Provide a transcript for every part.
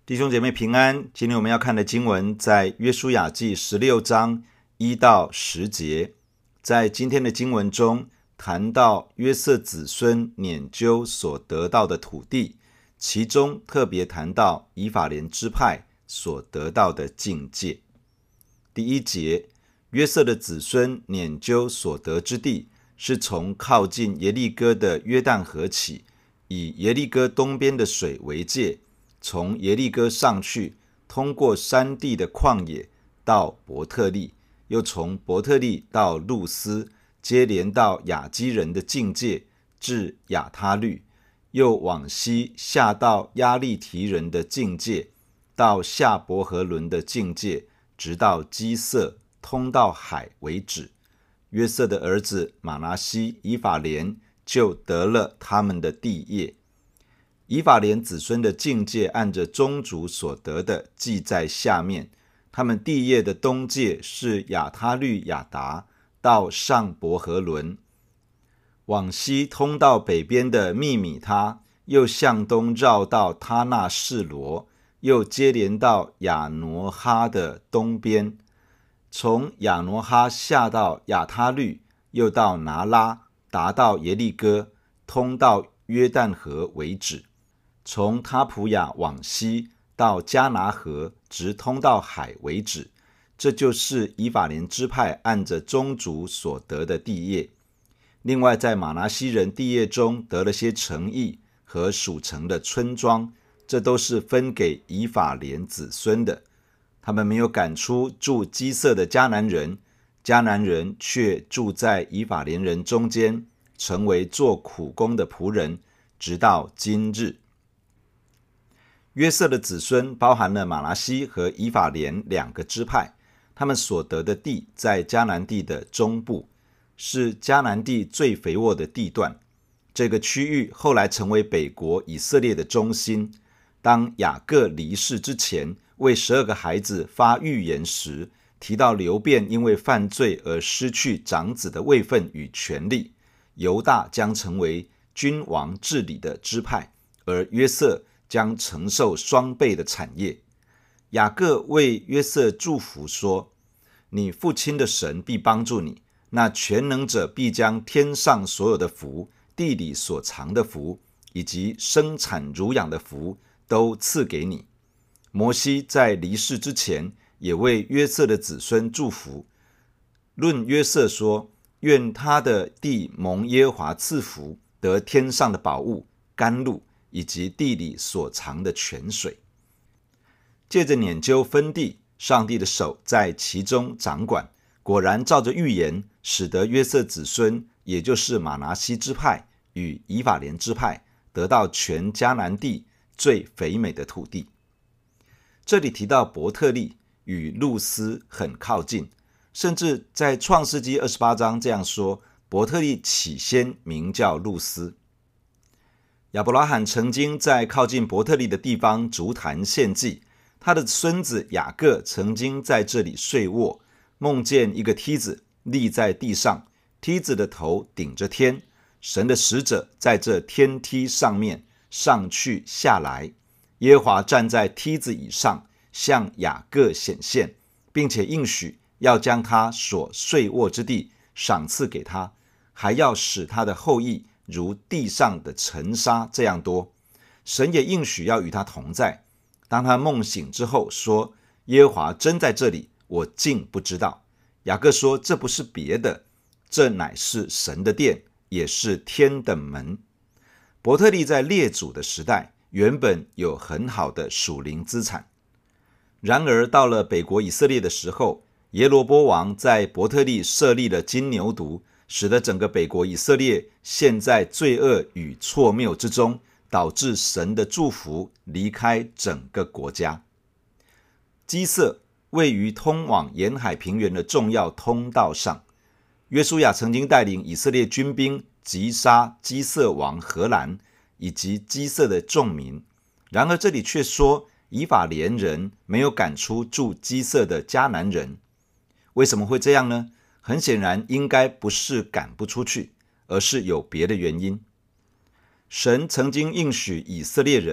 弟兄姐妹平安，今天我们要看的经文在约书亚记16章1到10节。在今天的经文中谈到约瑟子孙拈阄所得到的土地，其中特别谈到以法莲支派所得到的境界。第1节，约瑟的子孙拈阄所得之地，是从靠近耶利哥的约旦河起，以耶利哥东边的水为界，从耶利哥上去，通过山地的旷野到伯特利，又从伯特利到路斯，接连到亚基人的境界，至亚他律，又往西下到亚利提人的境界，到下伯和伦的境界，直到基色，通到海为止。约瑟的儿子马拿西、以法莲就得了他们的地业。以法莲子孙的境界按着宗族所得的记在下面，他们地业的东界是亚他律亚达到上伯和伦，往西通到北边的密米他，又向东绕到他那示罗，又接连到亚挪哈的东边，从亚挪哈下到亚他律，又到拿拉，达到耶利哥，通到约旦河为止。从他普雅往西到迦拿河，直通到海为止。这就是以法莲支派按着宗族所得的地业。另外在马拿西人地业中得了些城邑和属城的村庄，这都是分给以法莲子孙的。他们没有赶出住基色的迦南人，迦南人却住在以法莲人中间，成为做苦工的仆人，直到今日。约瑟的子孙包含了马拿西和以法莲两个支派，他们所得的地在迦南地的中部，是迦南地最肥沃的地段。这个区域后来成为北国以色列的中心。当雅各离世之前，为12个孩子发预言时，提到流便因为犯罪而失去长子的位分与权力，犹大将成为君王治理的支派，而约瑟将承受双倍的产业。雅各为约瑟祝福说，你父亲的神必帮助你，那全能者必将天上所有的福，地里所藏的福，以及生产乳养的福都赐给你。摩西在离世之前也为约瑟的子孙祝福，论约瑟说，愿他的地蒙耶和华赐福，得天上的宝物、甘露以及地里所藏的泉水。借着拈阄分地，上帝的手在其中掌管，果然照着预言，使得约瑟子孙，也就是马拿西支派与以法莲支派，得到全迦南地最肥美的土地。这里提到伯特利与路斯很靠近，甚至在创世纪28章这样说，伯特利起先名叫路斯。亚伯拉罕曾经在靠近伯特利的地方筑坛献祭，他的孙子雅各曾经在这里睡卧，梦见一个梯子立在地上，梯子的头顶着天，神的使者在这天梯上面上去下来，耶和华站在梯子以上，向雅各显现，并且应许要将他所睡卧之地赏赐给他，还要使他的后裔如地上的尘沙这样多。神也应许要与他同在。当他梦醒之后说，耶和华真在这里，我竟不知道。雅各说，这不是别的，这乃是神的殿，也是天的门。伯特利在列祖的时代原本有很好的属灵资产，然而到了北国以色列的时候，耶罗波王在伯特利设立了金牛犊，使得整个北国以色列陷在罪恶与错谬之中，导致神的祝福离开整个国家。基色位于通往沿海平原的重要通道上，约书亚曾经带领以色列军兵击杀基色王荷兰以及基色的众民。然而这里却说以法莲人没有赶出住基色的迦南人。为什么会这样呢？很显然应该不是赶不出去，而是有别的原因。神曾经应许以色列人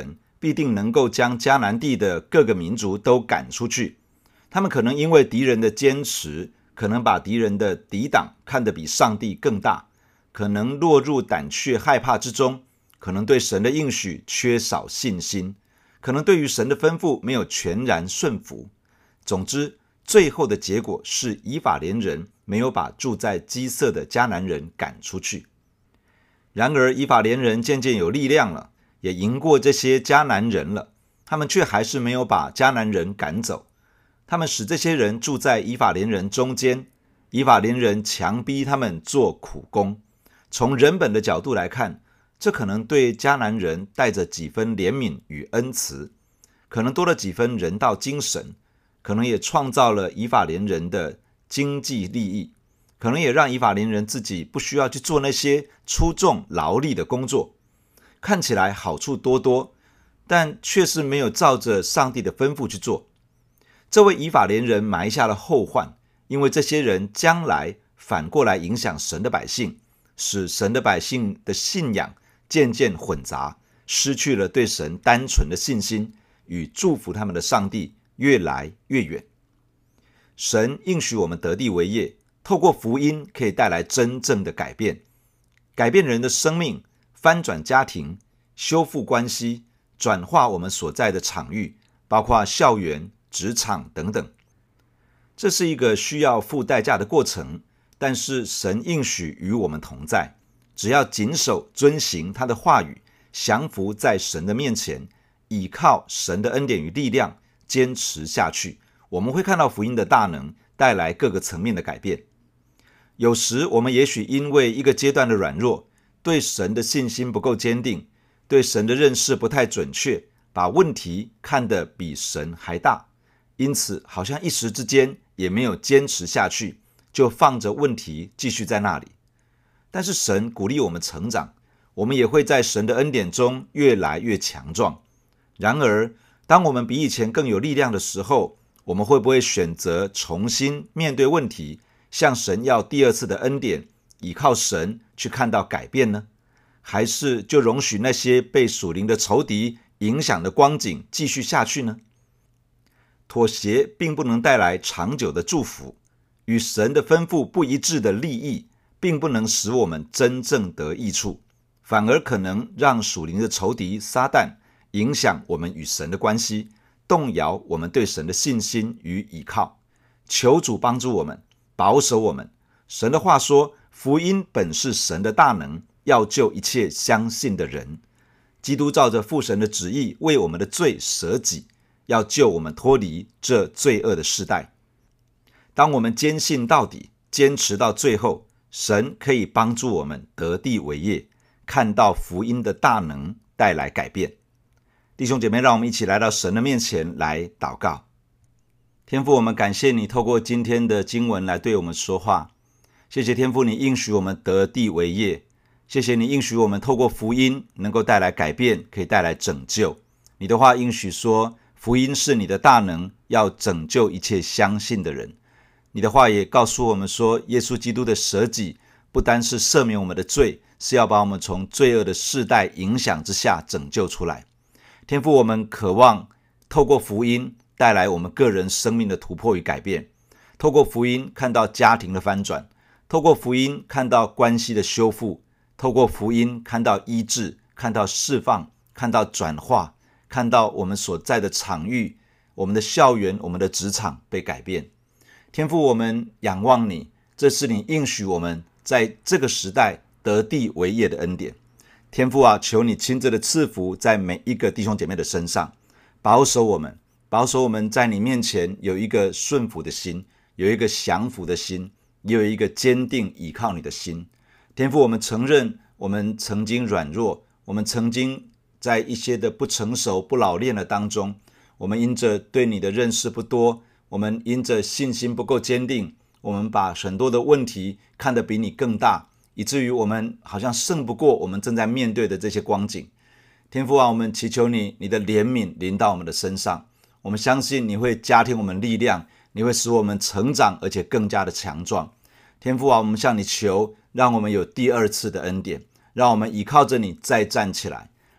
必定能够将迦南地的各个民族都赶出去。他们可能因为敌人的坚持，可能把敌人的抵挡看得比上帝更大，可能落入胆怯害怕之中，可能对神的应许缺少信心，可能对于神的吩咐没有全然顺服。总之，最后的结果是以法莲人没有把住在基色的迦南人赶出去。然而以法莲人渐渐有力量了，也赢过这些迦南人了，他们却还是没有把迦南人赶走。他们使这些人住在以法莲人中间，以法莲人强逼他们做苦工。从人本的角度来看，这可能对迦南人带着几分怜悯与恩慈，可能多了几分人道精神，可能也创造了以法莲人的经济利益，可能也让以法莲人自己不需要去做那些出众劳力的工作。看起来好处多多，但却是没有照着上帝的吩咐去做。这为以法莲人埋下了后患，因为这些人将来反过来影响神的百姓，使神的百姓的信仰渐渐混杂，失去了对神单纯的信心，与祝福他们的上帝越来越远。神应许我们得地为业，透过福音可以带来真正的改变，改变人的生命，翻转家庭，修复关系，转化我们所在的场域，包括校园、职场等等。这是一个需要付代价的过程，但是神应许与我们同在，只要谨守遵行他的话语，降服在神的面前，倚靠神的恩典与力量，坚持下去，我们会看到福音的大能带来各个层面的改变。有时我们也许因为一个阶段的软弱，对神的信心不够坚定，对神的认识不太准确，把问题看得比神还大，因此好像一时之间也没有坚持下去，就放着问题继续在那里。但是神鼓励我们成长，我们也会在神的恩典中越来越强壮。然而当我们比以前更有力量的时候，我们会不会选择重新面对问题，向神要第二次的恩典，倚靠神去看到改变呢？还是就容许那些被属灵的仇敌影响的光景继续下去呢？妥协并不能带来长久的祝福，与神的吩咐不一致的利益并不能使我们真正得益处，反而可能让属灵的仇敌撒旦影响我们与神的关系，动摇我们对神的信心与倚靠。求主帮助我们，保守我们。神的话说，福音本是神的大能，要救一切相信的人。基督照着父神的旨意为我们的罪舍己，要救我们脱离这罪恶的世代。当我们坚信到底，坚持到最后，神可以帮助我们得地为业，看到福音的大能带来改变。弟兄姐妹，让我们一起来到神的面前来祷告。天父，我们感谢你透过今天的经文来对我们说话。谢谢天父，你应许我们得地为业。谢谢你应许我们透过福音能够带来改变，可以带来拯救。你的话应许说，福音是你的大能，要拯救一切相信的人。你的话也告诉我们说，耶稣基督的舍己不单是赦免我们的罪，是要把我们从罪恶的世代影响之下拯救出来。天父，我们渴望透过福音带来我们个人生命的突破与改变，透过福音看到家庭的翻转，透过福音看到关系的修复，透过福音看到医治，看到释放，看到转化，看到我们所在的场域，我们的校园，我们的职场被改变。天父，我们仰望你，这是你应许我们在这个时代得地为业的恩典。天父啊，求你亲自的赐福在每一个弟兄姐妹的身上，保守我们，保守我们在你面前有一个顺服的心，有一个降服的心，也有一个坚定倚靠你的心。天父，我们承认我们曾经软弱，我们曾经在一些的不成熟、不老练的当中，我们因着对你的认识不多，我们因着信心不够坚定，我们把很多的问题看得比你更大，以至于我们好像胜不过我们正在面对的这些光景。天父啊，我们祈求你，你的怜悯临到我们的身上，我们相信你会加添我们力量，你会使我们成长，而且更加的强壮。天父啊，我们向你求，让我们有第二次的恩典，让我们依靠着你再站起来，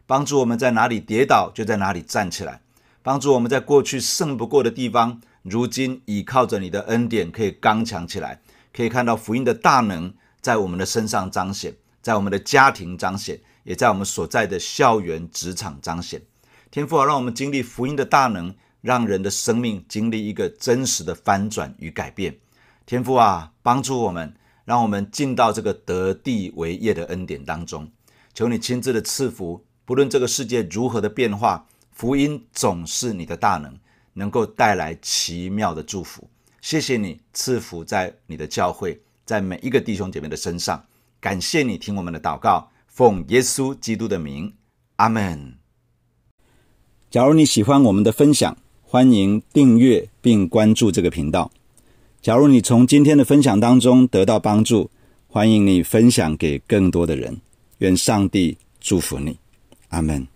帮助我们在哪里跌倒就在哪里站起来，帮助我们在过去胜不过的地方，如今倚靠着你的恩典可以刚强起来，可以看到福音的大能在我们的身上彰显，在我们的家庭彰显，也在我们所在的校园职场彰显。天父啊，让我们经历福音的大能，让人的生命经历一个真实的翻转与改变。天父啊，帮助我们，让我们进到这个得地为业的恩典当中。求你亲自的赐福，不论这个世界如何的变化，福音总是你的大能，能够带来奇妙的祝福。谢谢你赐福在你的教会，在每一个弟兄姐妹的身上。感谢你听我们的祷告，奉耶稣基督的名，阿们。假如你喜欢我们的分享，欢迎订阅并关注这个频道。假如你从今天的分享当中得到帮助，欢迎你分享给更多的人。愿上帝祝福你，阿们。